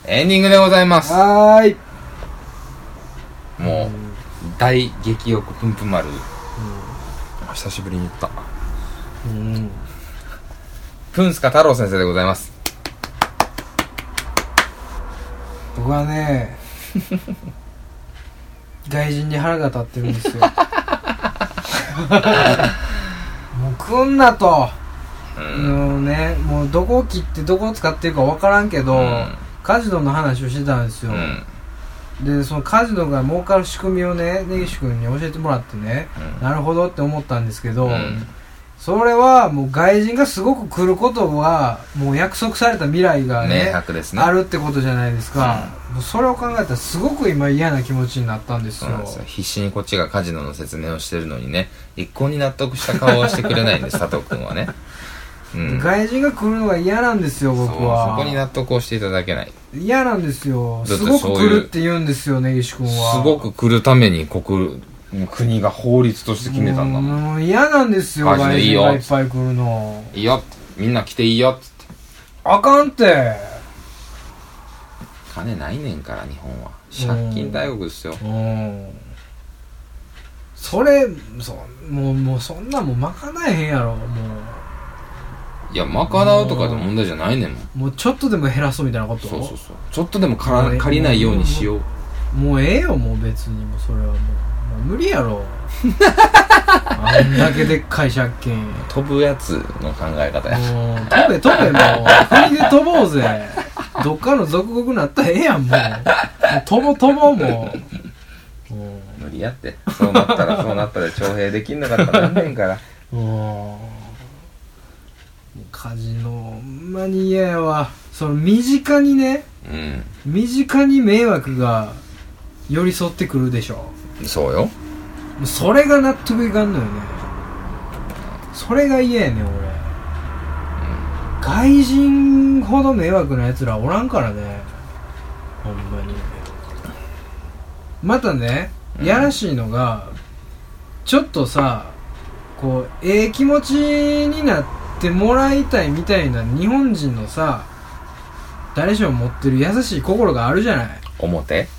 エンディングでございます。 はーい。 もう大激欲プンプン丸、久しぶりに言った。プンスカ太郎先生でございます。 僕はね外人に腹が立ってるんですよもう来んなと、もうね、もうどこを切ってどこを使ってるか分からんけど、カジノの話をしてたんですよ、でそのカジノが儲かる仕組みをね根岸君に教えてもらってね、なるほどって思ったんですけど、それはもう外人がすごく来ることはもう約束された未来が ねあるってことじゃないですか、もうそれを考えたらすごく今嫌な気持ちになったんですよ。 必死にこっちがカジノの説明をしてるのにね、一向に納得した顔をしてくれないんです佐藤君はね、 外人が来るのが嫌なんですよ僕は。 そこに納得をしていただけない。 嫌なんですよ。すごく来るって言うんですよ根岸君は。 すごく来るために国が法律として決めたんだもん。 もう嫌なんですよ外人がいっぱい来るの。 いいよみんな来ていいよっつって。 あかんって。 金ないねんから日本は借金大国ですよ。 それもうそんなもん賄えへんやろもう。 いや賄うとかで問題じゃないねんもん。 もうちょっとでも減らそうみたいなこと。 そうちょっとでも借りないようにしよう。 もうええよもう別に。もうそれはもう無理やろあんだけでっかい借金。 飛ぶやつの考え方や。 もう飛べもう国で飛ぼうぜ。どっかの属国なったらええやんもう飛ぼうもう無理やって。そうなったら徴兵できんのかったらなんねんからカジノほんまに嫌やわ。その身近にね、身近に迷惑が寄り添ってくるでしょ。 そうよ。 それが納得いかんのよね。それが嫌やねん俺、外人ほど迷惑なやつらおらんからねほんまに。またねやらしいのが、ちょっとさこう気持ちになってもらいたいみたいな日本人のさ誰しも持ってる優しい心があるじゃない。表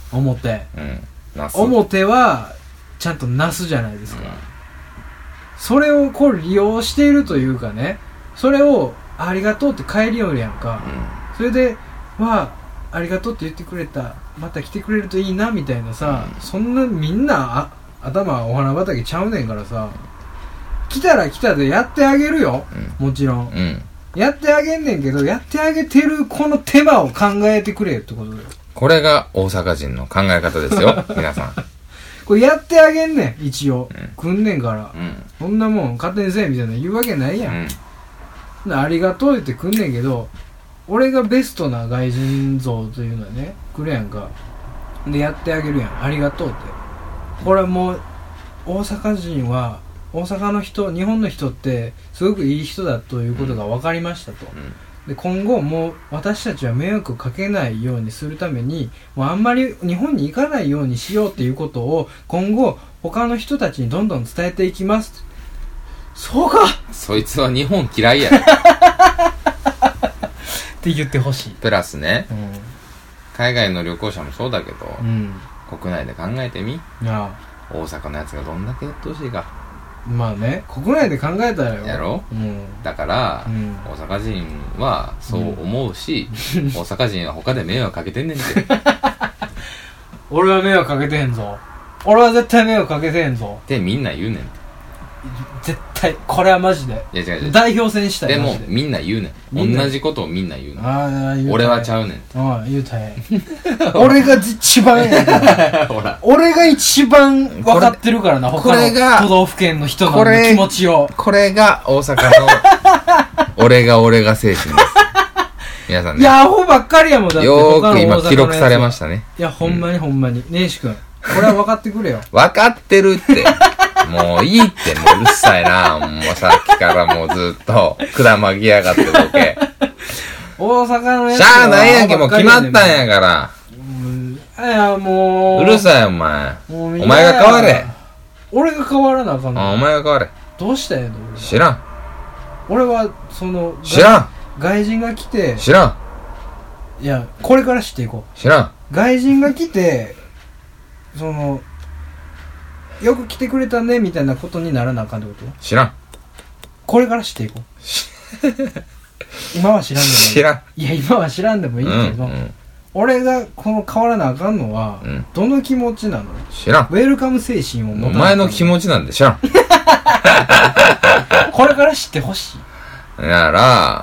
はちゃんとなすじゃないですか、それをこう利用しているというかね、それをありがとうって帰りよるやんか、それでありがとうって言ってくれた、また来てくれるといいなみたいなさ、そんなみんな頭お花畑ちゃうねんからさ、来たら来たでやってあげるよ、もちろん、やってあげんねんけど、やってあげてるこの手間を考えてくれよってことだよ。 これが大阪人の考え方ですよ皆さん。 これやってあげんねん一応、来んねんから、そんなもん勝手にせえみたいな言うわけないやん、ありがとう言って来んねんけど、俺がベストな外人像というのはね来るやんか。でやってあげるやん、ありがとうって。これはもう大阪人は、大阪の人、日本の人ってすごくいい人だということが分かりましたと、で今後もう私たちは迷惑をかけないようにするために、もうあんまり日本に行かないようにしようっていうことを今後他の人たちにどんどん伝えていきます。そうか、 そいつは日本嫌いやって言ってほしい。 プラスね、海外の旅行者もそうだけど、国内で考えてみ、大阪のやつがどんだけやってほしいか。 まあね、国内で考えたらよ。 やろ、だから、大阪人はそう思うし、大阪人は他で迷惑かけてんねんて俺は迷惑かけてへんぞ。俺は絶対迷惑かけてへんぞってみんな言うねんて。 絶対これはマジで。 いや違う代表戦したい。 でもみんな言うねん。同じことをみんな言うねん。俺はちゃうねん。 言うたい俺が一番やからほら、俺が一番分かってるからな、他の都道府県の人の気持ちを。 これが大阪の俺が精神です皆さんね。 いやアホばっかりやもん。だってよーく今記録されましたね。 いやほんまにほんまに根岸君、これは分かってくれよ分かってるってもういいって、もううるさいな、もうさっきからもうずっとくだまぎやがってボケ大阪のやつしゃあないやんけ、もう決まったんやから。 いやもううるさいお前。お前が変われ。 俺が変わらなあかんの。 お前が変われ。 どうしたんやの。 知らん。 俺はその知らん。 外人が来て知らん。 いやこれから知っていこう。知らん。 外人が来てよく来てくれたねみたいなことにならなあかんってこと？ 知らん。 これから知っていこう。今は知らんでもいい。 知らん。 いや今は知らんでもいいけど、俺が変わらなあかんのは、どの気持ちなの？ 知らん。 ウェルカム精神を持たない。 お前の気持ちなんで知らん。 これから知ってほしい。 だから、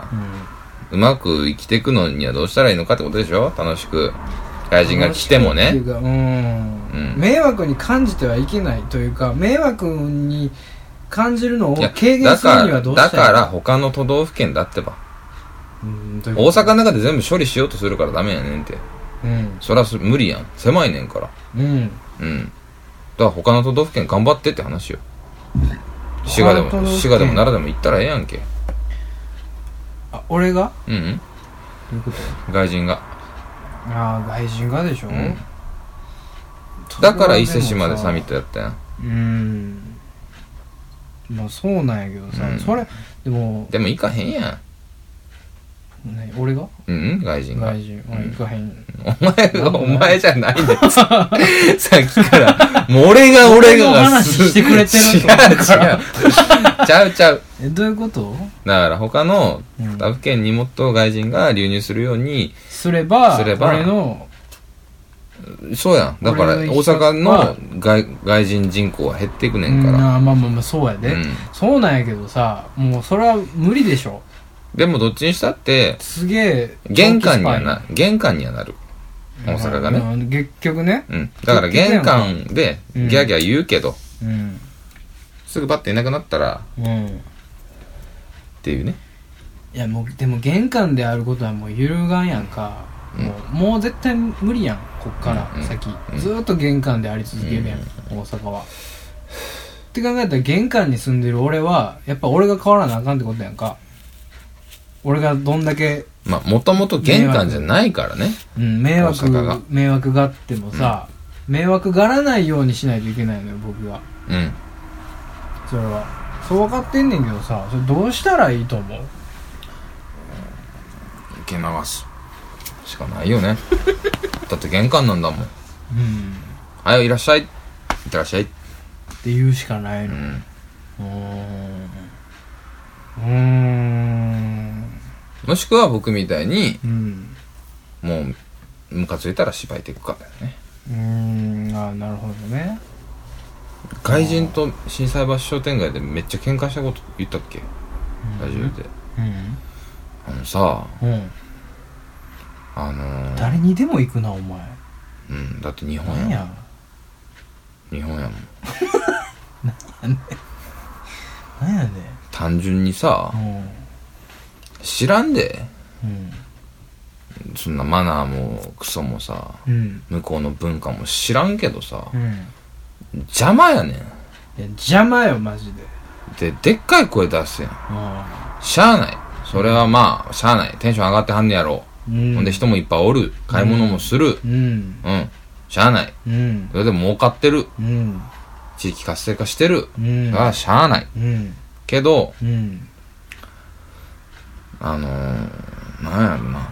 うまく生きていくのにはどうしたらいいのかってことでしょ？楽しく。外人が来てもね。迷惑に感じてはいけないというか、迷惑に感じるのを軽減するにはどうしたらいいの？だから他の都道府県だってば。大阪の中で全部処理しようとするからダメやねんって。そりゃ無理やん。狭いねんから。だから他の都道府県頑張ってって話よ。滋賀でも奈良でも行ったらええやんけ。 あ、俺が？ どういうこと？外人が。 ああ、外人がでしょ、 だから伊勢志摩でサミットやったやん。 まあそうなんやけどさ、それでも行かへんやん。俺が？ 外人が。 行かへん。 お前じゃないんだよ。さっきから、もう俺が話してくれてると思うから。 ちゃう。 どういうこと？ だから他の他府県にもっと外人が流入するようにすれば俺のそうやん。だから大阪の外人人口は減っていくねんから。 まあそうやで、そうなんやけどさ、もうそれは無理でしょ。 でもどっちにしたってすげえ玄関にはなる。大阪がね。 結局ね。 だから玄関でギャーギャー言うけど、すぐバッていなくなったら、っていうね。 いやでも玄関であることはもう揺るがんやんか。もう絶対無理やん、こっから先。ずーっと玄関であり続けるやん、大阪は。って考えたら玄関に住んでる俺はやっぱ俺が変わらなあかんってことやんか。俺がどんだけもともと玄関じゃないからね。 迷惑があってもさ、迷惑がらないようにしないといけないのよ、僕が。それはそう分かってんねんけどさ、それどうしたらいいと思う？ 受け流すしかないよね。だって玄関なんだもん。はい、いらっしゃい、いってらっしゃいって言うしかないの。 もしくは僕みたいに、もうムカついたら芝居ていくかだよね。 なるほどね。 外人と心斎橋商店街でめっちゃ喧嘩したこと言ったっけ？ラジオで。 誰にでも行くなお前。 だって日本やもん。日本やもん。 なんやねん。 単純にさ、知らんで、そんなマナーもクソもさ、向こうの文化も知らんけどさ、邪魔やねん。いや邪魔よマジで。でっかい声出すやん。しゃあない。それはまあしゃあない。テンション上がってはんねやろ。ほんで人もいっぱいおる。買い物もする。しゃあない。それでも儲かってる。地域活性化してる。それはしゃあない。けど、なんやろな、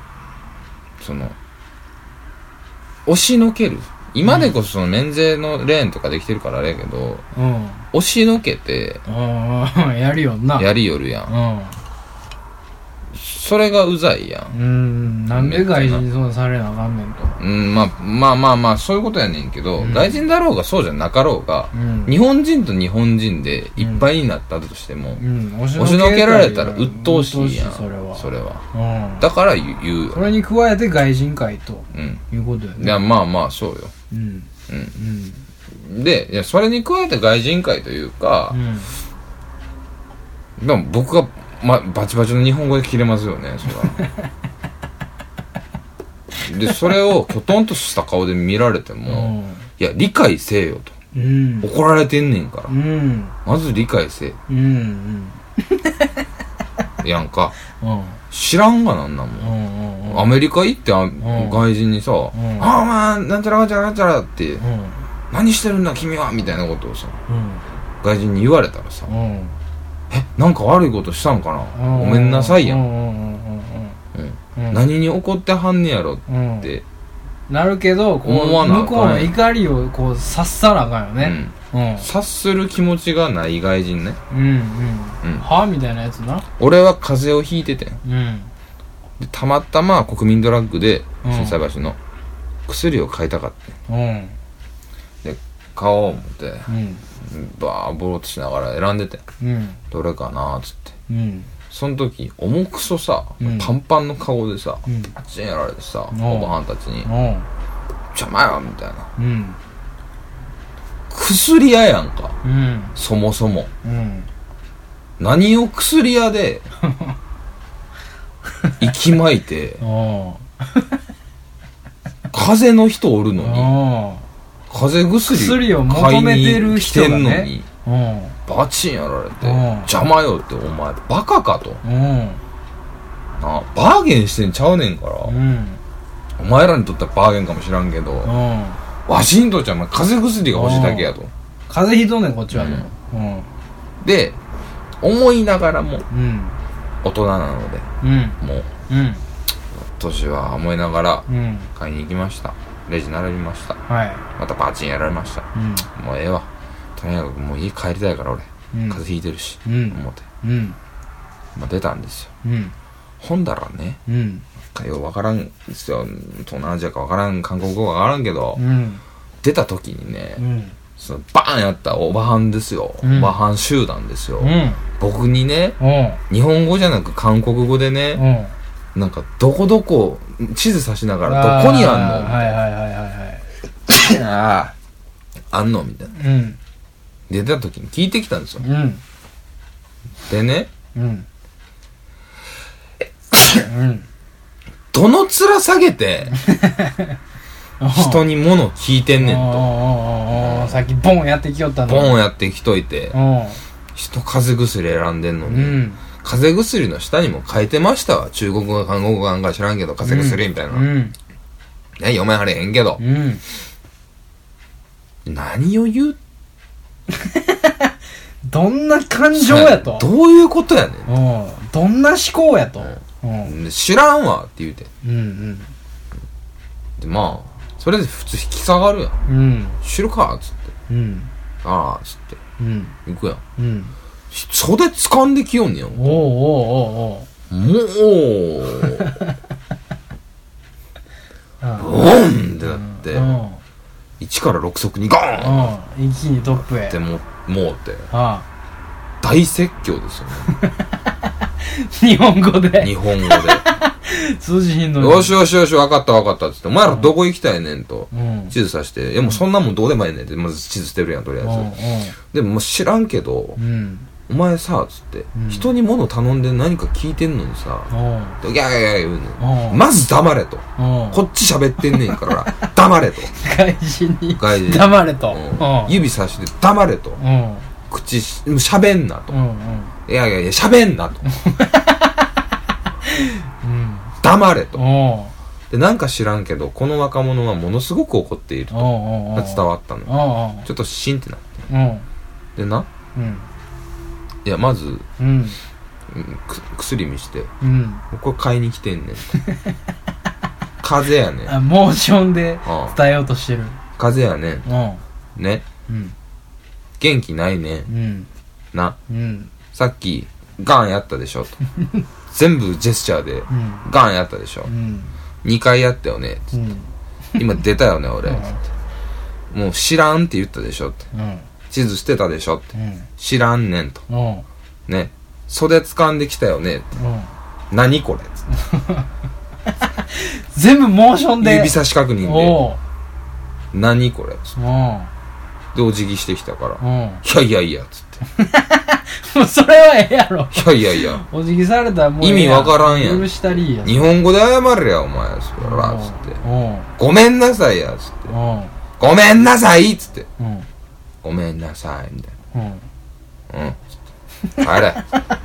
押しのける。今でこそ免税のレーンとかできてるからあれやけど、押しのけてやるよな。 やりよるやん。それがうざいやん。 なんで外人にそうされなあかんねんと。 まあそういうことやねんけど、外人だろうがそうじゃなかろうが、日本人と日本人でいっぱいになったとしても、押しのけられたら鬱陶しいやん。それは。だから言うよ。 それに加えて外人会ということやね。 いやまあそうよ。で、いやそれに加えて外人会というか、でも僕がバチバチの日本語で切れますよね、それは。でそれをきょとんとした顔で見られても、いや理解せえよと、怒られてんねんから、まず理解せえ、やんか、知らんがなんなもん。アメリカ行って外人にさ、お前なんちゃらかんちゃらかんちゃらって、何してるんだ君はみたいなことをさ、外人に言われたらさ、なんか悪いことしたんかな、ごめんなさいやん。 何に怒ってはんねやろって、 なるけどこう向こうの怒りをこう察さなあかんよね、 察する気持ちがない外人ね。 はみたいなやつな。 俺は風邪をひいてて、でたまたま国民ドラッグで心斎橋の薬を買いたかった、で買おう思って、バーボロッとしながら選んでて、どれかなーっつって、その時重くそさ、パンパンの顔でさ、あっちにやられてさ、おばはんたちに邪魔やみたいな、薬屋やんか、そもそも、何を薬屋で息巻いて風邪の人おるのに風邪薬を求めてる人がね、 バチンやられて邪魔よって、お前バカかと、バーゲンしてんちゃうねんから、お前らにとったらバーゲンかもしらんけど、わしにとっちゃお前風邪薬が欲しいだけやと、 風邪ひとんねんこっちはと、 で思いながらも、大人なので、もう、年は思いながら買いに行きました。レジ並びました、またバチンやられました、もうええわ、とにかくもう家帰りたいから俺、風邪ひいてるし、思って、まあ、出たんですよ、ほんだらね、よう分からんですよ、東南アジアか分からん、韓国語か分からんけど、出た時にね、そのバーンやったおばはんですよ、おばはん集団ですよ、僕にね、日本語じゃなく韓国語でね、なんかどこどこ地図指しながらどこにあんのみたいな、あんのみたいな、出た時に聞いてきたんですよ、でね、どの面下げて人に物聞いてんねんと、 さっきボンやってきよったの、 ボンやってきといて、人風邪薬選んでんのに、風邪薬の下にも書いてましたわ、中国語か韓国語かなんか知らんけど風邪薬みたいな、読めはれへんけど、何を言うどんな感情やと、 どういうことやねん、どんな思考やと、 知らんわって言うて、でまあそれで普通引き下がるやん、知るかっつって、ああっつって、行くやん、袖掴んできよんねん、もうボンってなって、1から6足にゴーン、一気にトップへってもうて、大説教ですよね日本語で通じひんのに、 よしよしよし、分かった分かったっつって、お前らどこ行きたいねんと、地図さして、いやもうそんなもんどうでもいいねんって、まず地図捨てるやんとりあえず、でももう知らんけど、お前さつって、人に物頼んで何か聞いてんのにさ、いやいやいや言うねん、まず黙れと、こっち喋ってんねんから黙れと、 外人に黙れと、 指さして黙れと、口喋んなと、いやいやいや喋んなと黙れと、でなんか知らんけどこの若者はものすごく怒っていると伝わったの、ちょっとシンってなって、でな、いやまず、薬見して、これ買いに来てんねん風邪やねん、 モーションで伝えようとしてる、 風邪やねん、ね、元気ないねん、な、さっきガンやったでしょと全部ジェスチャーでガンやったでしょ、2回やったよねつって、今出たよね俺つって、もう知らんって言ったでしょって、地図捨てたでしょって、知らんねんと、ね、袖掴んできたよねって、何これつって全部モーションで指差し確認で何これつって、でお辞儀してきたから、いやいやいやつってもうそれはええやろ、 いやいやいやお辞儀されたらもう意味わからんやん、 許したりや、 日本語で謝れやお前そらつって、ごめんなさいやつって、ごめんなさいっつって、ごめんなさいみたいな、つって帰れ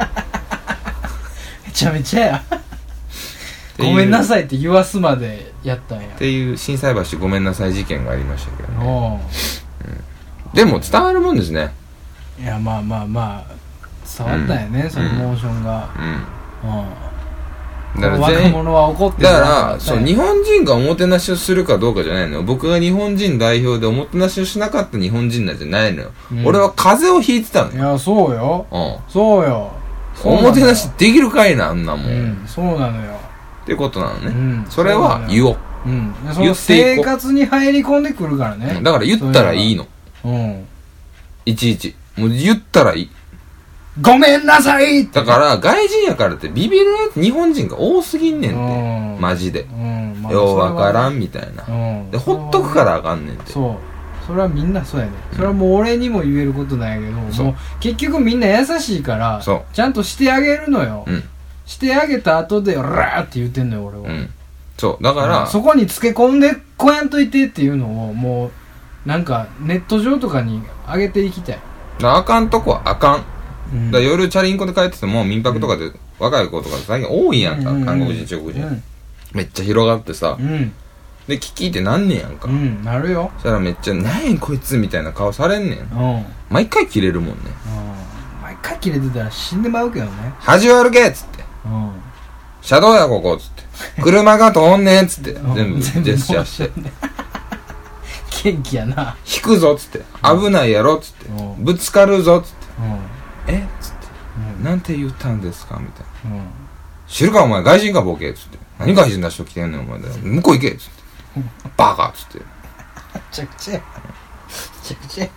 めちゃめちゃやごめんなさいって言わすまでやったんやっていう心斎橋ごめんなさい事件がありましたけどね、でも伝わるもんですね。 いやまあまあまあ伝わったよね、そのモーションが、 だから若者は怒ってる。 だからそう、日本人がおもてなしをするかどうかじゃないのよ。僕が日本人代表でおもてなしをしなかった日本人なんじゃないのよ、俺は風邪をひいてたのよ。 いやそうよ、そうよ。 おもてなしできるかいな、あんなもん、 そうなのよってことなのね、それは言おう、 その生活に入り込んでくるからね、 だから言ったらいいの、いちいちもう言ったらいい、 ごめんなさいって。 だから外人やからってビビる日本人が多すぎんねんって、マジで、ようわからんみたいな、でほっとくからあかんねんって。 そう、それはみんなそうやね、それはもう俺にも言えることなんやけど、もう結局みんな優しいからちゃんとしてあげるのよ、してあげた後でオラーって言ってんのよ俺は、そうだから、そこにつけ込んでこやんといてっていうのをもうなんかネット上とかに上げていきたい。 あかんとこはあかん、だ夜チャリンコで帰ってても民泊とかで、若い子とか最近多いやんか、韓国人中国人、めっちゃ広がってさ、で聞きってなんねんやんか、 なるよ。 そしたらめっちゃなんやんこいつみたいな顔されんねん、毎回キレるもんね、 毎回キレてたら死んでまうけどね。 恥悪けっつって、車道やここっつって車が通んねんっつって全部ジェスチャーして元気やな。 引くぞっつって危ないやろっつってぶつかるぞっつってっつってなんて言ったんですかみたいな、知るかお前外人かボケっつって、何外人出しときてんねんお前だよ、向こう行けっつってバカっつって、 めちゃくちゃや、めちゃくちゃや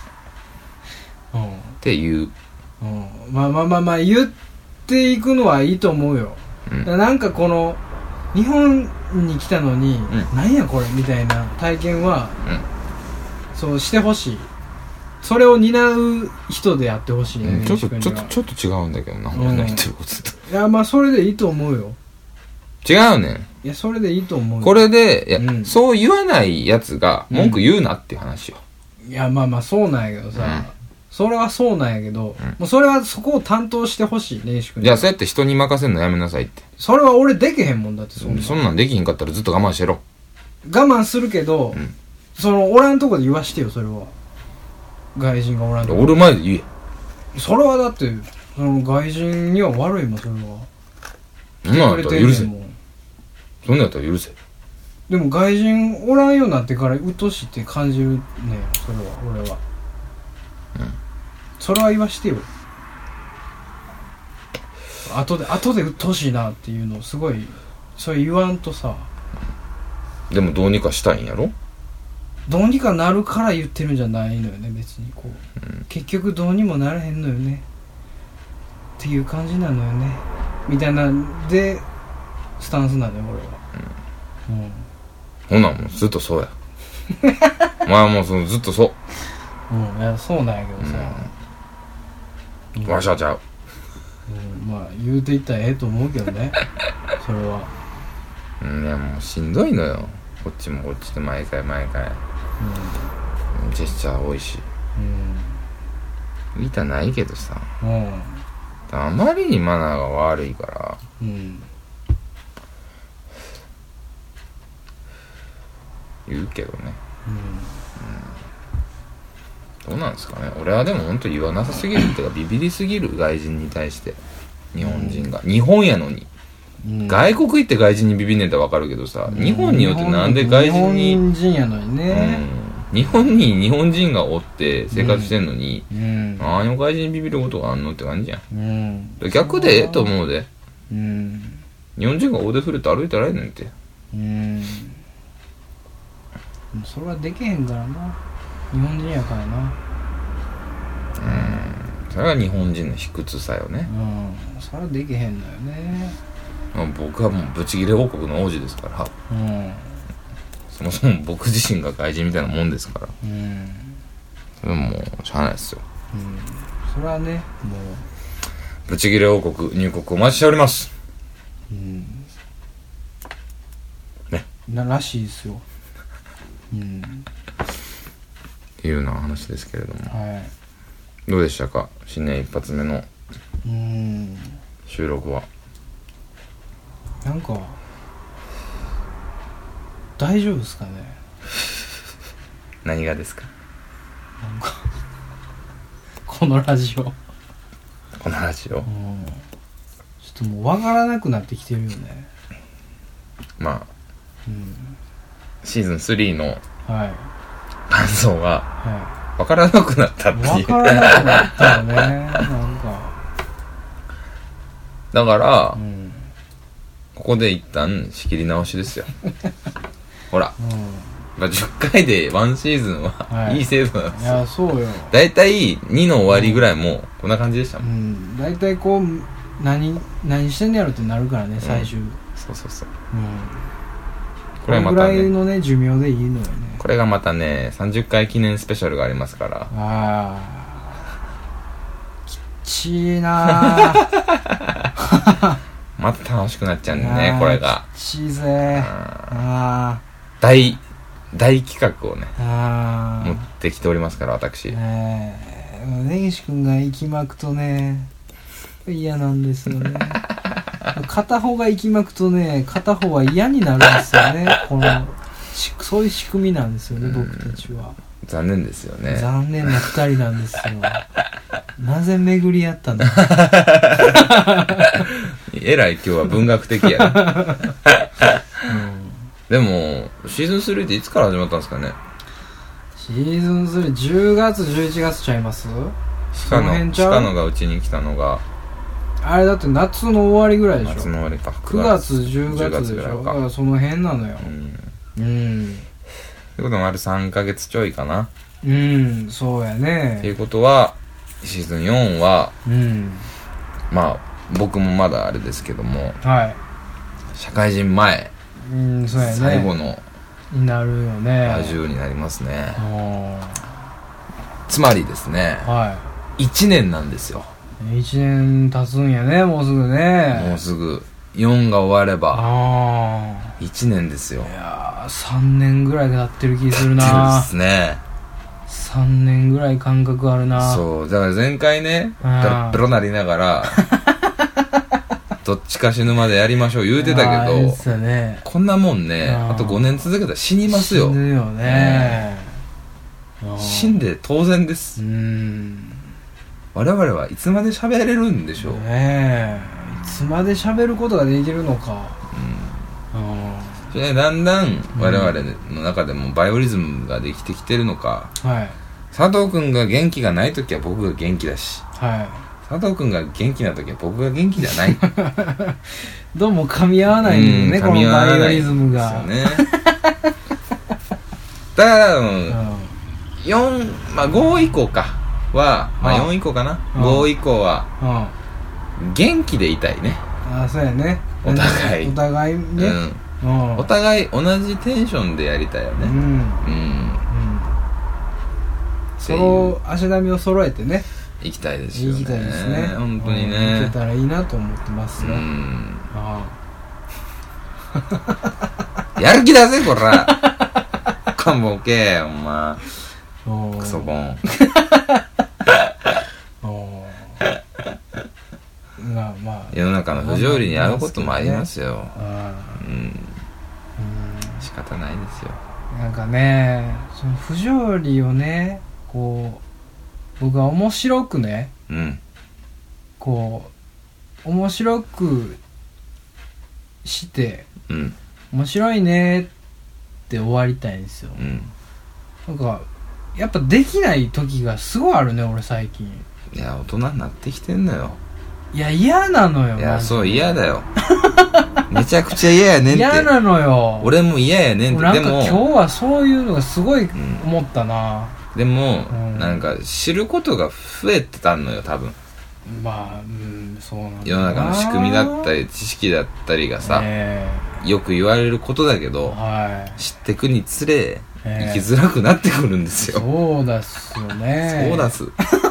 っていう、 まあ言っていくのはいいと思うよ、なんかこの日本に来たのに、なんやこれみたいな体験は、そうしてほしい。それを担う人でやってほしいね、 ちょっと違うんだけどな、俺の言ってることと。 いやまあそれでいいと思うよ。 違うねん。 いやそれでいいと思うよ。 これでいや、そう言わないやつが文句言うなっていう話よ。 いやまあそうなんやけどさ、それはそうなんやけど、もうそれはそこを担当してほしいね、石君。 じゃあそうやって人に任せんのやめなさいって。 それは俺できへんもんだって。 そんなんできひんかったらずっと我慢してろ。 我慢するけど、そのおらんとこで言わしてよ、それは。外人がおらんとこ。 俺前で言え。それはだってその外人には悪いもん、それは。 そんなんやったら許せ。そんなんやったら許せ。 でも外人おらんようになってから鬱陶しいって感じるね、それは俺は。それは言わしてよ。後で鬱陶しいなっていうのをすごいそれ言わんとさ。 でもどうにかしたいんやろ。 どうにかなるから言ってるんじゃないのよね、別にこう、結局どうにもならへんのよねっていう感じなのよねみたいなんでスタンスなのよ俺は。 ほなもうずっとそうやお前はもうずっとそう。 いやそうなんやけどさ、 わしゃちゃう。 まあ言うていったらええと思うけどねそれは。 いやもうしんどいのよ、こっちもこっちで毎回、ジェスチャー多いし、言いたないけどさ、あまりにマナーが悪いから、言うけどね。どうなんですかね。俺はでも本当言わなさすぎるっていうかビビりすぎる、外人に対して。日本人が、日本やのに、外国行って外人にビビんねんってわかるけどさ、日本によってなんで外人に、 日本人やのにね、 日本に日本人がおって生活してんのに、何を外人にビビることがあんのって感じやん。逆でええと思うで。日本人が大手振れて歩いたらええねんって。 それはできへんからな、日本人やからな。 それが日本人の卑屈さよね。 それはできへんのよね。 僕はもうブチギレ王国の王子ですから、そもそも僕自身が外人みたいなもんですから、それはもうしゃあないですよ。 それはね、もうブチギレ王国入国お待ちしております。ね、 らしいですよ。 っていうような話ですけれども、どうでしたか、新年一発目の収録は。 なんか大丈夫ですかね。 何がですか。 なんかこのラジオ、ちょっともう分からなくなってきてるよね。 まあ、シーズン3の感想は、分からなくなったっていう。 分からなくなったよね。なんか。 だから、ここで一旦仕切り直しですよ。ほら。10回で1シーズンはいい制度なんですよ。 いや、そうよ。 だいたい2の終わりぐらいもこんな感じでしたもん。 だいたいこう、何してんねやろってなるからね、最終。 そうそうそう。 これぐらいのね、寿命でいいのよね。 これがまたね、30回記念スペシャルがありますから。 きっちーなー。 また楽しくなっちゃうんだね、これが。 きっちーぜー。 大企画をね、持ってきておりますから、私。 根岸くんが行きまくとね、嫌なんですよね。片方が行きまくとね、片方は嫌になるんですよね。そういう仕組みなんですよね、僕たちは。 残念ですよね。 残念な二人なんですよ。なぜ巡り合ったんだ。 えらい今日は文学的やな。でもシーズン3っていつから始まったんですかね。 シーズン3、10月11月ちゃいます？ 鹿野がうちに来たのがあれだって夏の終わりぐらいでしょ。 夏の終わりか。 9月10月でしょ。だからその辺なのよ。ってこともある3ヶ月ちょいかな。 そうやね。 っていうことはシーズン4はまあ僕もまだあれですけども、社会人前、 そうやね、 最後のになるよね。 ラジオになりますね。つまりですね、1年なんですよ。 1年経つんやね、もうすぐね。 もうすぐ4が終われば1年ですよ。 いやー、3年ぐらい経ってる気するな。 ですね。 3年ぐらい間隔あるな。 そうだから前回ね、ペロペロなりながらどっちか死ぬまでやりましょう言うてたけど、こんなもんね、あと5年続けたら死にますよ。 死ぬよね。 死んで当然です。我々はいつまで喋れるんでしょうね。いつまで喋ることができるのか。 それでだんだん我々の中でもバイオリズムができてきてるのか、佐藤くんが元気がないときは僕が元気だし、佐藤くんが元気なときは僕が元気じゃないどうも噛み合わないんだよね、このバイオリズムが。 だから5以降かは、4以降かな、5以降は元気でいたいね。 そうやね、 お互いね、お互い同じテンションでやりたいよね。 足並みを揃えてね行きたいですよね。 行きたいですね、 本当にね。 行けたらいいなと思ってますよ。 やる気だぜこらかんぼけお前クソボン。世の中の不条理に合うこともありますよ。仕方ないですよ。 なんかね、その不条理をね、こう僕は面白くね、こう面白くして、面白いねって終わりたいんですよ。なんかやっぱできない時がすごいあるね、俺最近。 いや大人になってきてんのよ。 いや嫌なのよ。 いやそう嫌だよ。めちゃくちゃ嫌やねんって。 嫌なのよ。 俺も嫌やねんって。 なんか今日はそういうのがすごい思ったな。 でもなんか知ることが増えてたのよ多分。 そうなんだ。 世の中の仕組みだったり知識だったりがさ、よく言われることだけど、知ってくにつれ生きづらくなってくるんですよ。 そうだっすよね。 そうだす。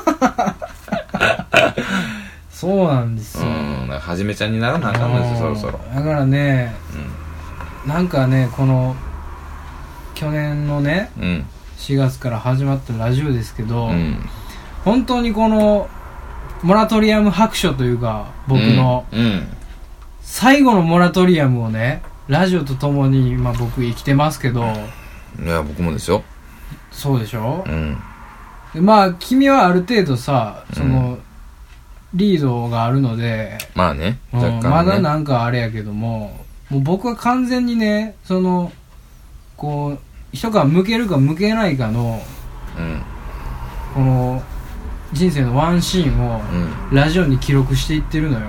そうなんですよ。 はじめちゃんにならなあかんのですよ、そろそろ。 だからね、なんかね、この去年のね、4月から始まったラジオですけど、本当にこのモラトリアム白書というか、僕の最後のモラトリアムをね、ラジオとともに今僕生きてますけど。 いや僕もですよ。 そうでしょ。で君はある程度さ、そのリードがあるので、 まあね、若干ね、 まだなんかあれやけども、もう僕は完全にね、こう人が向けるか向けないかの、この人生のワンシーンをラジオに記録していってるのよ。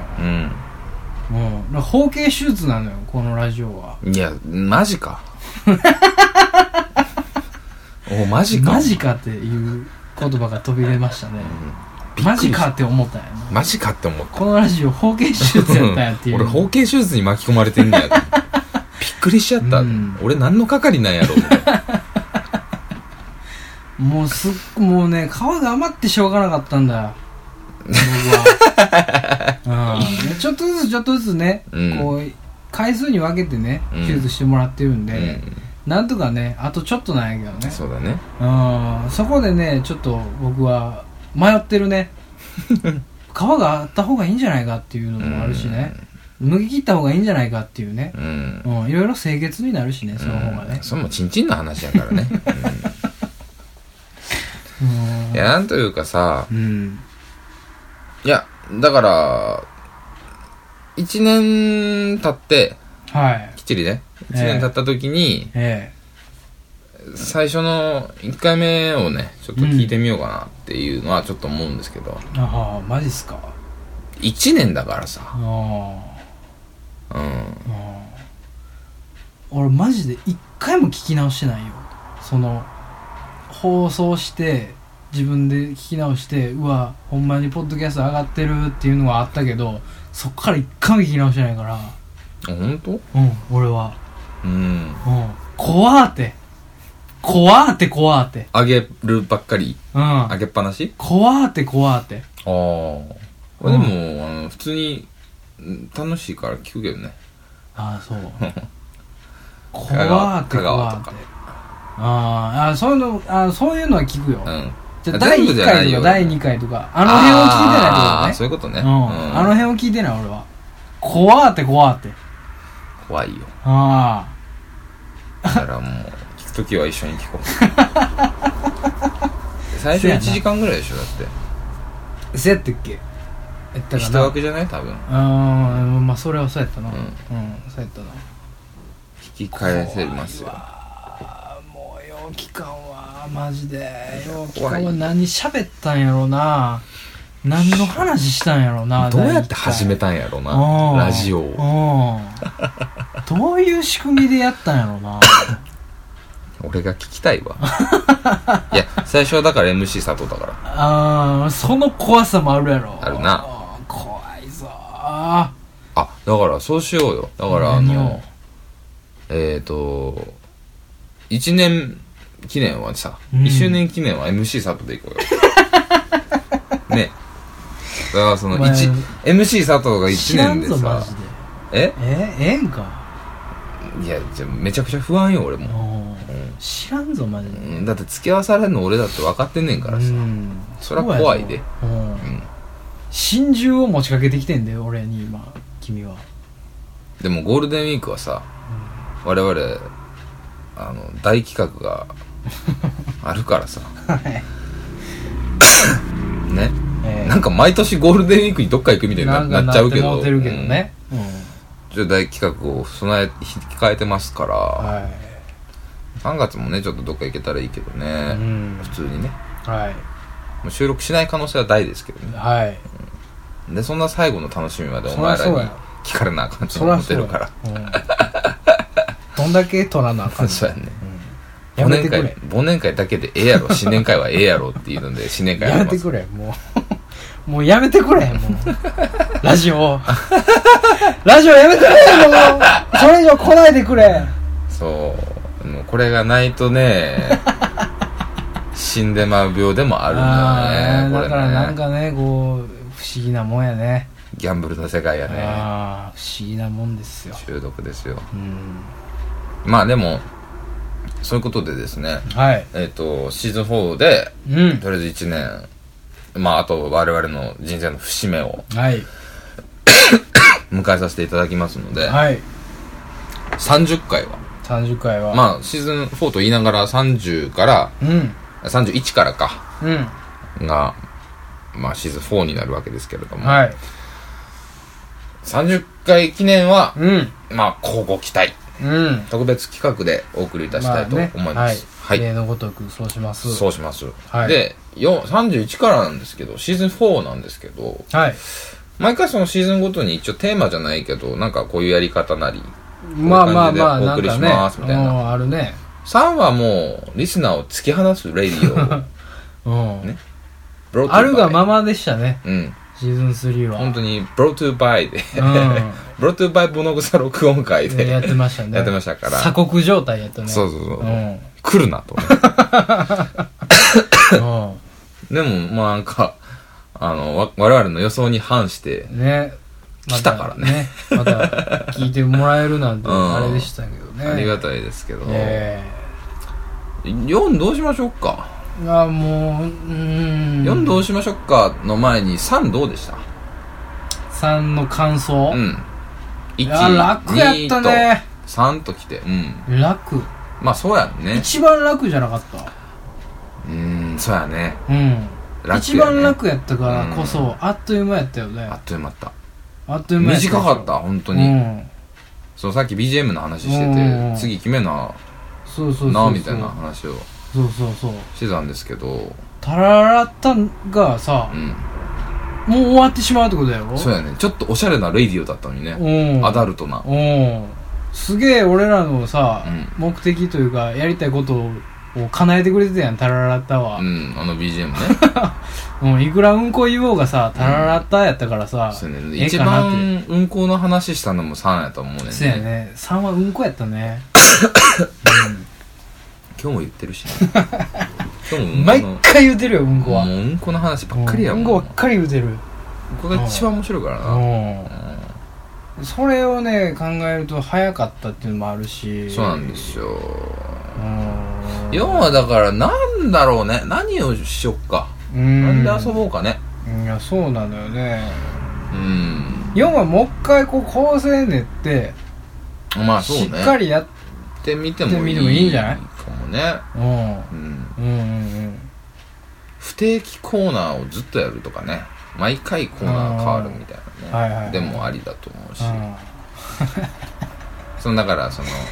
包茎手術なのよ、このラジオは。 いや、マジか。マジか。 マジかっていう言葉が飛び出ましたね。マジかって思ったんやな。 マジかって思った。 このラジオ包茎手術やったんやっていう。 俺包茎手術に巻き込まれてんだよ。びっくりしちゃった。俺何の係なんやろう。もうね、皮が余ってしょうがなかったんだよ。僕は。ちょっとずつね、こう回数に分けてね、手術してもらってるんで、なんとかね、あとちょっとなんやけどね。 そうだね。 そこでね、ちょっと僕は迷ってるね。皮があった方がいいんじゃないかっていうのもあるしね。脱ぎ切った方がいいんじゃないかっていうね。いろいろ清潔になるしね、その方がね。 それもチンチンの話やからね。いや、なんというかさ、いや、だから、1年経って、きっちりね、1年経った時に、最初の1回目をね、ちょっと聞いてみようかなっていうのはちょっと思うんですけど。 マジっすか。 1年だからさ。 俺マジで1回も聞き直してないよ。放送して自分で聞き直して、うわほんまにポッドキャスト上がってるっていうのはあったけど、そっから1回も聞き直してないから。 本当？ 俺は怖ーってあげるばっかり、あげっぱなし、 怖ーって。 俺でも、普通に楽しいから聞くけどね。 そう怖ーってそういうのは聞くよ。じゃ第1回とか第2回とか、あの辺を聞いてないってことね。 そういうことね。 あの辺を聞いてない俺は。怖ーって。 怖いよ。だからもう聞くときは一緒に聞こう。最初1時間ぐらいでしょ、だって。 そうやったっけ？ 一枠じゃない？多分。 まあそれはそうやったな。そうやったな。 引き返せますよ。 もうよう聞かんわ、マジで。よう聞かんわ。何喋ったんやろうな。何の話したんやろうな。 どうやって始めたんやろうな、ラジオを。 どういう仕組みでやったんやろうな。 俺が聞きたいわ。いや、最初はだから MC 佐藤だから。 その怖さもあるやろ。 あるな。 怖いぞ。 だからそうしようよ。だから1年記念はさ、1周年記念は MC 佐藤でいこうよ。ね。だからMC 佐藤が1年でさ、ええんか。 いや、じゃめちゃくちゃ不安よ俺も。 知らんぞマジで。 だって付き合わされるの俺だって分かってんねんからさ。それは怖いで。 心中を持ちかけてきてんだよ俺に今君は。 でもゴールデンウィークはさ、我々大企画があるからさ。ね。なんか毎年ゴールデンウィークにどっか行くみたいに なっちゃうけど。 なってるけどね。 大企画を控えてますから、3月もねちょっとどっか行けたらいいけどね、普通にね、もう収録しない可能性は大ですけどね、でそんな最後の楽しみまでお前らに聞かれなあかんと思ってるから、 どんだけ取らなあかんそうやね、忘年会だけでええやろ、新年会はええやろっていうので新年会やめてくれ、もうやめてくれ、もうラジオやめてくれ、もうそれ以上来ないでくれ。 そう、もうこれがないとね死んでまう病でもあるんだよね。 だからなんかね、こう不思議なもんやね。 ギャンブルの世界やね。 不思議なもんですよ。 中毒ですよ。まあでもそういうことでですね、シーズン4で、とりあえず1年、まああと我々の人生の節目を、迎えさせていただきますので、30回はまあシーズン4と言いながら30から、31からか、がまあシーズン4になるわけですけれども、 はい、 30回記念は、まあ交互期待、特別企画でお送りいたしたいと思います。 はい、例のごとくそうします。 そうします。はい、で、31からなんですけど、シーズン4なんですけど、はい、毎回そのシーズンごとに一応テーマじゃないけど、なんかこういうやり方なり、 まあまあまあ、 お送りしますみたいな。 あるね。 3はもうリスナーを突き放すレディオね。 あるがままでしたね。シーズン3は本当にブロートゥーバイで、ブロートゥーバイボノグサ録音会でやってましたね。 やってましたから鎖国状態やったね。 そうそうそう、来るなとでもまあなんか我々の予想に反してね来たからね、 また聞いてもらえるなんてあれでしたけどね、 ありがたいですけど、4どうしましょうか。 もう 4どうしましょうかの前に3どうでした。 3の感想、 1、 楽やったね。 3ときて、 楽。 まあそうやんね。 一番楽じゃなかった。 そうやね。 一番楽やったからこそ、あっという間やったよね。 あっという間だった。 あっという間やった。 短かった本当に。そうさっき BGM の話してて、次決めなみたいな話をしてたんですけど、 タララッタがさ、もう終わってしまうってことだよ。 そうやね。ちょっとおしゃれなレディオだったのにね。アダルトな。 すげえ俺らのさ、目的というかやりたいことを叶えてくれてたやん、タララッタは。 あの BGM ね。いくらうんこ言おうがさ、タララッタやったからさ。 そうね。一番うんこの話したのも3やと思うねんね。 そうやね。3はうんこやったね。 今日も言ってるしね。 毎回言うてるよ、うんこは。 もううんこの話ばっかりやもん。 うんこばっかり言うてる。 これが一番面白いからな。 それをね考えると早かったっていうのもあるし。 そうなんですよ。4はだからなんだろうね。何をしよっか。なんで遊ぼうかね。 いやそうなのよね。4はもう一回こう構成練って、 まあそうね。 しっかりやってみてもいいんじゃないかもね。不定期コーナーをずっとやるとかね。毎回コーナー変わるみたいなね。でもありだと思うし。だから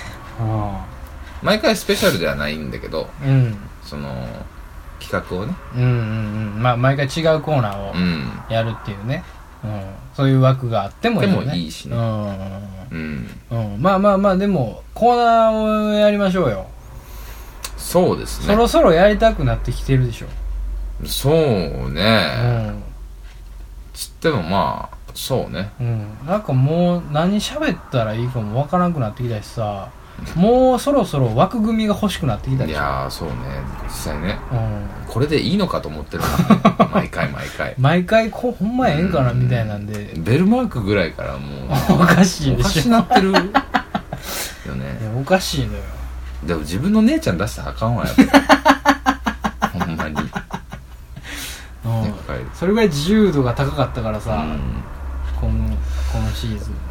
毎回スペシャルではないんだけど、その企画をね、 まあ毎回違うコーナーをやるっていうね、そういう枠があってもいいよね。 いいしね。 まあまあまあでもコーナーをやりましょうよ。 そうですね。 そろそろやりたくなってきてるでしょ。 そうね。つってもまあそうね。 なんかもう何喋ったらいいかもわからなくなってきたしさ。もうそろそろ枠組みが欲しくなってきたでしょ。 いやーそうね、実際ね、これでいいのかと思ってる毎回ほんまええんかなみたいなんで、 ベルマークぐらいからもうおかしいでしょ。 おかしなってるよね。 おかしいのよ。 でも自分の姉ちゃん出したらあかんわやっぱほんまにそれぐらい自由度が高かったからさ、このシーズン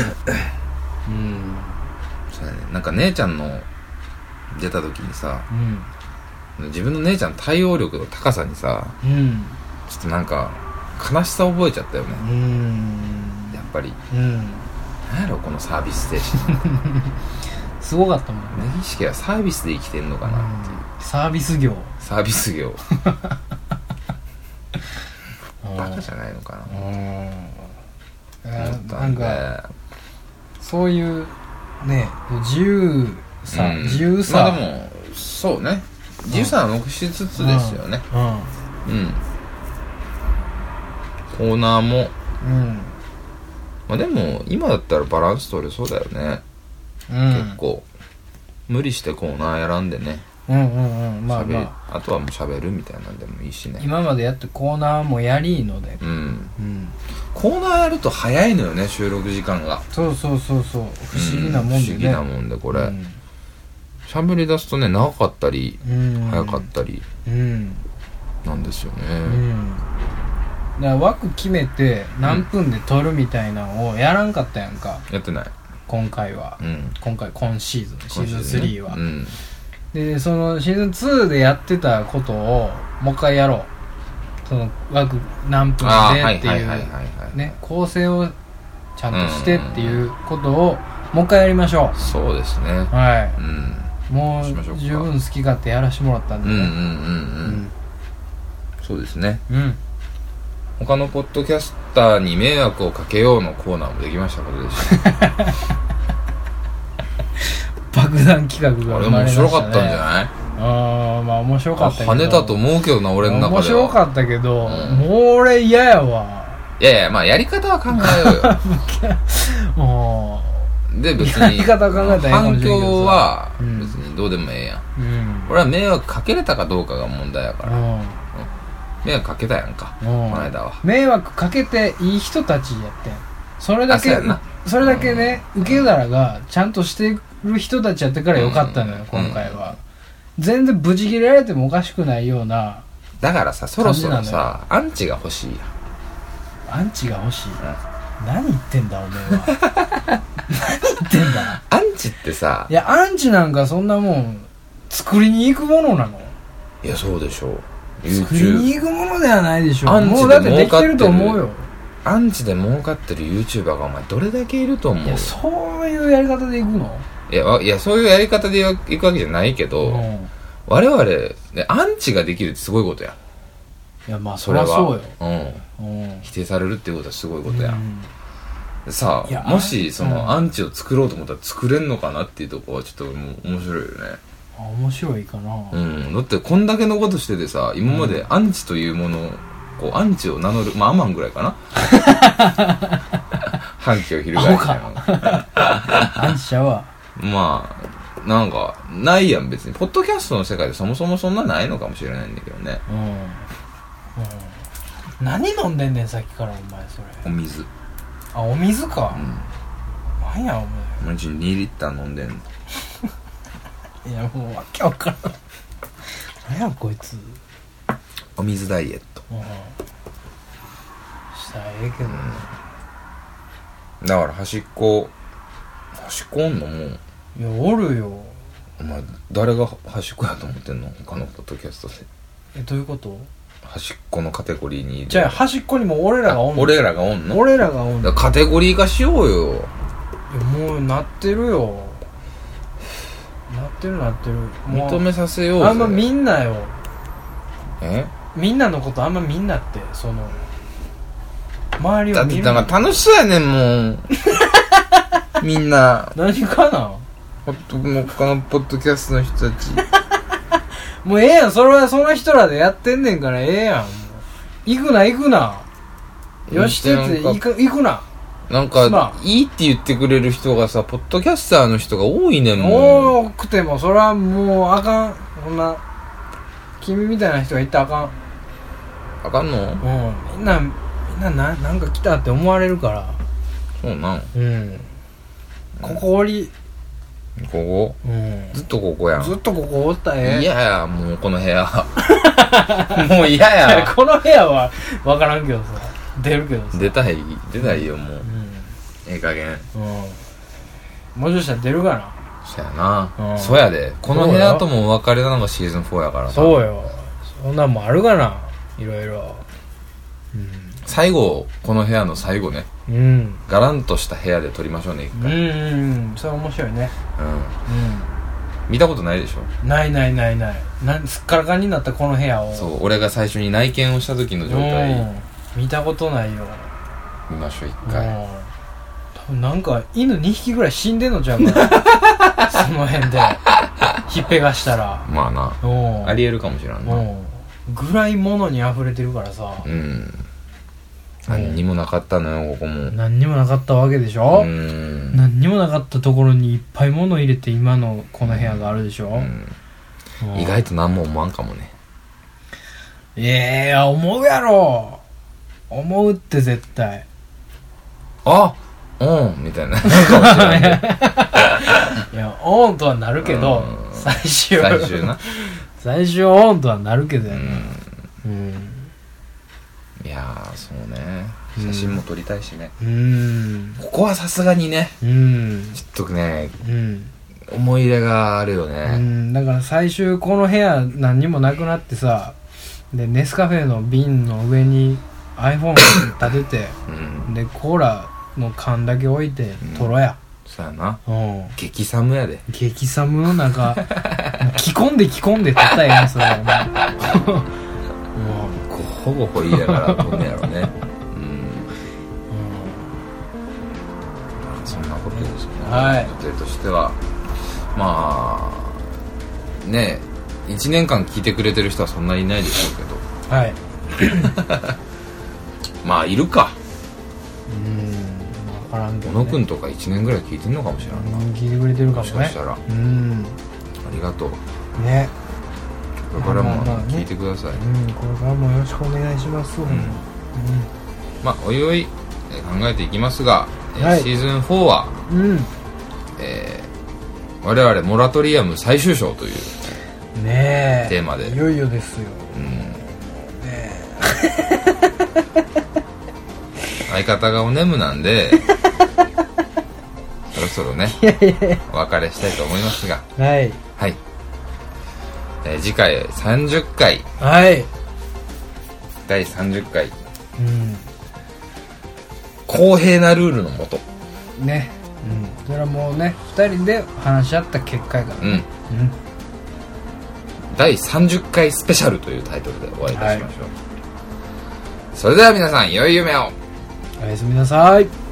そうだね。なんか姉ちゃんの出た時にさ、自分の姉ちゃんの対応力の高さにさ、ちょっとなんか悲しさ覚えちゃったよね。やっぱり、なんやろこのサービス精神すごかったもんね。 根岸はサービスで生きてんのかなっていう、 サービス業バカじゃないのかな。なんかそういうね、自由さ、まあでもそうね、自由さは残しつつですよね。コーナーも、まあでも今だったらバランス取れそうだよね。結構無理してコーナー選んでね、まああとはもう喋るみたいなんでもいいしね。 今までやってコーナーもやりので、 コーナーやると早いのよね、収録時間が。 そう不思議なもんでね。 不思議なもんでこれ喋り出すとね、長かったり早かったりなんですよね。 だから枠決めて何分で撮るみたいなのをやらんかったやんか。 やってない。 今回は、今シーズン3は、でそのシーズン2でやってたことをもう一回やろう。 その枠何分でっていうね構成をちゃんとしてっていうことをもう一回やりましょう。 そうですね。 はい、うん、もう十分好き勝手やらしてもらったんで、 そうですね。うん。他のポッドキャスターに迷惑をかけようのコーナーもできましたことでした。 爆弾企画が生まれましたね。 あれ面白かったんじゃない？ ああ、まあ面白かったけど。 跳ねたと思うけどな、俺の中では。 面白かったけど、もう俺嫌やわ。 いやいや、まあやり方は考えようよ。もう。で、別に。 やり方を考えたら反響は、別にどうでもええやん。俺は迷惑かけれたかどうかが問題やから。迷惑かけたやんか、この間は。 迷惑かけていい人たちやってん。それだけね、受け皿がちゃんとしてる人たちやってからよかったのよ、今回は。全然ブチ切れられてもおかしくないような。 だからさ、そろそろさ、アンチが欲しいやん。 アンチが欲しい、何言ってんだおめえは。何言ってんだ。 アンチってさ、 いや、アンチなんかそんなもん作りに行くものなの。 いや、そうでしょう。 作りに行くものではないでしょう。もうだってできてると思うよ。 アンチで儲かってる YouTuber がお前どれだけいると思う？いや、 そういうやり方で行くの？ いやそういうやり方で行くわけじゃないけど、我々、ね、アンチができるってすごいことや。 いや、まあそれはそうよ。 否定されるっていうことはすごいことや。さあ、もしそのアンチを作ろうと思ったら作れんのかなっていうところはちょっともう面白いよね。 面白いかな。 だってこんだけのことしててさ、今までアンチというものをこうアンチを名乗る、まあアマンぐらいかな。反旗を翻してアンチちゃうわ。 まあなんかないやん別に。ポッドキャストの世界でそもそもそんなないのかもしれないんだけどね。 何飲んでんねんさっきからお前それ。 お水。 あ、お水か。何やお前。 マジ2リッター飲んでんの。 いやもうわけわからん。何やこいつ。 お水ダイエット。 したらええけどね。 だから端っこおんのもう。 いやおるよ。 お前誰が端っこやと思ってんの？他のポッドキャストで。 どういうこと？ 端っこのカテゴリーに。 じゃあ端っこにも俺らがおんの？ 俺らがおんの？ 俺らがおんの。 カテゴリー化しようよ。 いやもうなってるよ。なってる。 認めさせようぜ。 あんまみんなよ。みんなのことあんまみんなってその周りを見る。 だって楽しそうやねんもう。みんな。 何かな。 他のポッドキャストの人たち。 もうええやん、それはその人らでやってんねんからええやん。行くな。よしって行くな。 なんか、いいって言ってくれる人がさ、ポッドキャスターの人が多いねんもん。多くても、それはもうあかん。そんな、君みたいな人が言ったらあかん。 あかんの？ みんななんか来たって思われるから。 そうなん？ ここおり。 ここ？ずっとここやん。 ずっとここおったらええ。 嫌や、もうこの部屋。もう嫌や。 この部屋は分からんけどさ。出るけどさ。 出たいよ、もう。ええ加減。 もうちょっとしたら出るかな。 そやな。そうやで。この部屋ともお別れなのがシーズン4やからさ。 そうよ。そんなんもあるがな。いろいろ。 最後、この部屋の最後ね。ガランとした部屋で撮りましょうね、一回。 それ面白いね。 見たことないでしょ？ ない。すっからかんになったこの部屋を。 そう、俺が最初に内見をした時の状態。 見たことないよ。 見ましょう、一回。 多分なんか犬2匹ぐらい死んでんのちゃうかな。その辺でひっぺがしたら。 まあな、ありえるかもしれんな。 ぐらい物に溢れてるからさ。 何にもなかったのよ、ここも。 何にもなかったわけでしょ。何にもなかったところにいっぱい物入れて今のこの部屋があるでしょ。 意外と何も思わんかもね。 いや思うやろ。思うって絶対。 みたいな。かもしれない。 いや、オンとはなるけど、最終な。最終オンとはなるけどやね。 いやー、そうね。写真も撮りたいしね。ここはさすがにね。ちょっとね、思い入れがあるよね。 だから最終この部屋何にもなくなってさ、 でネスカフェの瓶の上に iPhone 立てて、うん、でコーラの缶だけ置いて撮ろや、 そうやな、激寒やで、 激寒の中着込んで撮ったやんそれはもうほぼほいやから撮んねやろねそんなことですよね、 はい、 予定としてはまあね1年間聞いてくれてる人はそんなにいないでしょうけど、 はいまあいるか、 分からんけど、 小野くんとか1年ぐらい聞いてんのかもしれないな、 聞いてくれてるかもね、 もしかしたら、ありがとうね、 これからも聞いてください、 これからもよろしくお願いします、 まあおいおい考えていきますが、はい、シーズン4は、我々モラトリアム最終章というねテーマでいよいよですよ、 相方がお眠なんでそろそろねお別れしたいと思いますが、 はい、 はい、次回30回、 はい、 第30回、公平なルールのもとね、それはもうね2人で話し合った結果やからね、 第30回スペシャルというタイトルでお会いいたしましょう、それでは皆さん良い夢を。 おやすみなさい。